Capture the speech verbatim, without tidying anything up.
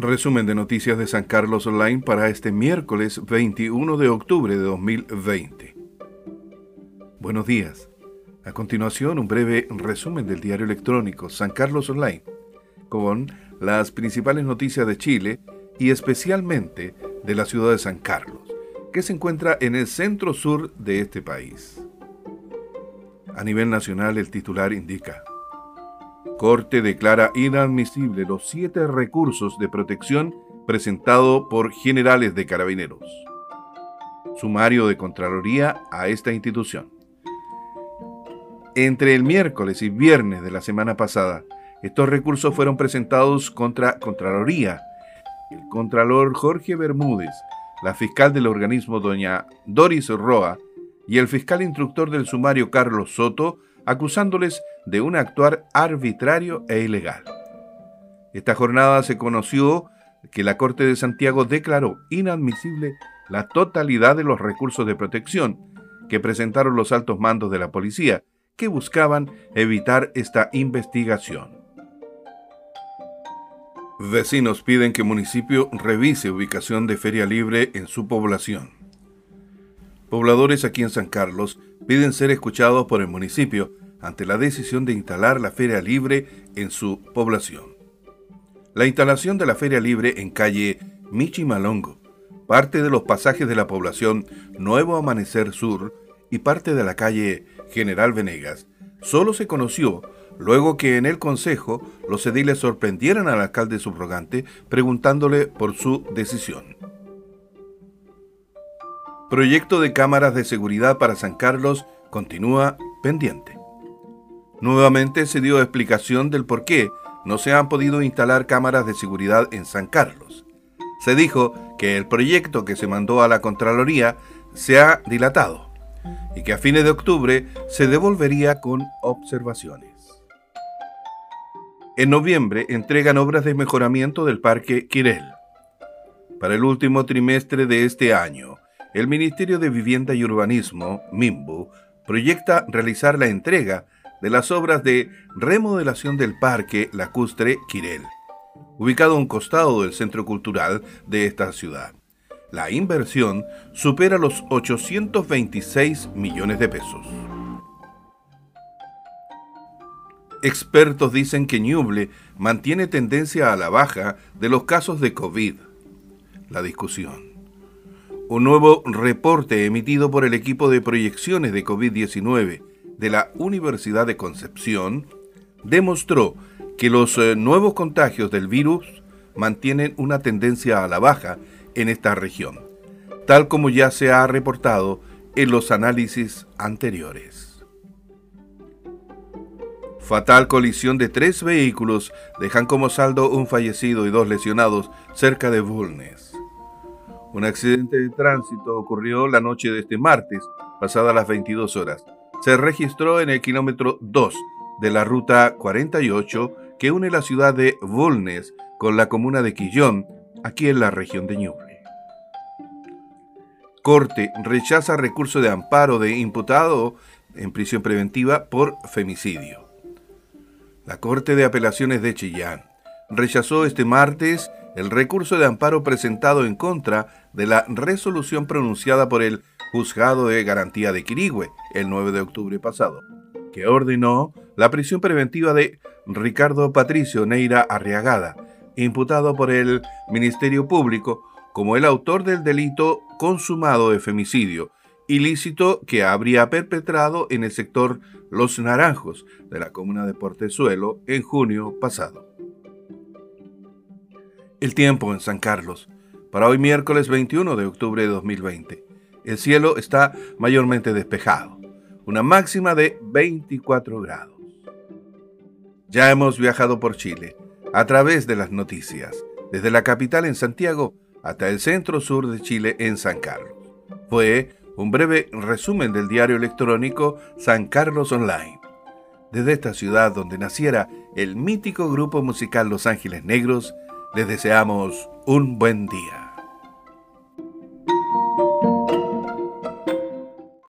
Resumen de noticias de San Carlos Online para este miércoles veintiuno de octubre de dos mil veinte. Buenos días. A continuación, un breve resumen del diario electrónico San Carlos Online, con las principales noticias de Chile y especialmente de la ciudad de San Carlos, que se encuentra en el centro sur de este país. A nivel nacional, el titular indica: Corte declara inadmisible los siete recursos de protección presentados por generales de Carabineros. Sumario de Contraloría a esta institución. Entre el miércoles y viernes de la semana pasada, estos recursos fueron presentados contra Contraloría, el Contralor Jorge Bermúdez, la fiscal del organismo doña Doris Roa y el fiscal instructor del sumario Carlos Soto, acusándoles de un actuar arbitrario e ilegal. Esta jornada se conoció que la Corte de Santiago declaró inadmisible la totalidad de los recursos de protección que presentaron los altos mandos de la policía, que buscaban evitar esta investigación. Vecinos piden que el municipio revise ubicación de feria libre en su población. Pobladores aquí en San Carlos piden ser escuchados por el municipio ante la decisión de instalar la feria libre en su población. La instalación de la feria libre en calle Michimalongo, parte de los pasajes de la población Nuevo Amanecer Sur y parte de la calle General Venegas, solo se conoció luego que en el consejo los ediles sorprendieran al alcalde subrogante preguntándole por su decisión. Proyecto de cámaras de seguridad para San Carlos continúa pendiente. Nuevamente se dio explicación del por qué no se han podido instalar cámaras de seguridad en San Carlos. Se dijo que el proyecto que se mandó a la Contraloría se ha dilatado y que a fines de octubre se devolvería con observaciones. En noviembre entregan obras de mejoramiento del Parque Quirel. Para el último trimestre de este año, el Ministerio de Vivienda y Urbanismo, MIMBU, proyecta realizar la entrega de las obras de remodelación del Parque Lacustre Quirel, ubicado a un costado del centro cultural de esta ciudad. La inversión supera los ochocientos veintiséis millones de pesos. Expertos dicen que Ñuble mantiene tendencia a la baja de los casos de COVID. La discusión. Un nuevo reporte emitido por el equipo de proyecciones de COVID diecinueve de la Universidad de Concepción demostró que los eh, nuevos contagios del virus mantienen una tendencia a la baja en esta región, tal como ya se ha reportado en los análisis anteriores. Fatal colisión de tres vehículos dejan como saldo un fallecido y dos lesionados cerca de Bulnes. Un accidente de tránsito ocurrió la noche de este martes, pasadas las veintidós horas. Se registró en el kilómetro dos de la ruta cuarenta y ocho que une la ciudad de Bulnes con la comuna de Quillón, aquí en la región de Ñuble. Corte rechaza recurso de amparo de imputado en prisión preventiva por femicidio. La Corte de Apelaciones de Chillán rechazó este martes el recurso de amparo presentado en contra de la resolución pronunciada por el Juzgado de Garantía de Quirihue el nueve de octubre pasado, que ordenó la prisión preventiva de Ricardo Patricio Neira Arriagada, imputado por el Ministerio Público como el autor del delito consumado de femicidio, ilícito que habría perpetrado en el sector Los Naranjos de la comuna de Portezuelo en junio pasado. El tiempo en San Carlos, para hoy miércoles veintiuno de octubre de dos mil veinte. El cielo está mayormente despejado, una máxima de veinticuatro grados. Ya hemos viajado por Chile, a través de las noticias, desde la capital en Santiago hasta el centro sur de Chile en San Carlos. Fue un breve resumen del diario electrónico San Carlos Online. Desde esta ciudad donde naciera el mítico grupo musical Los Ángeles Negros, les deseamos un buen día.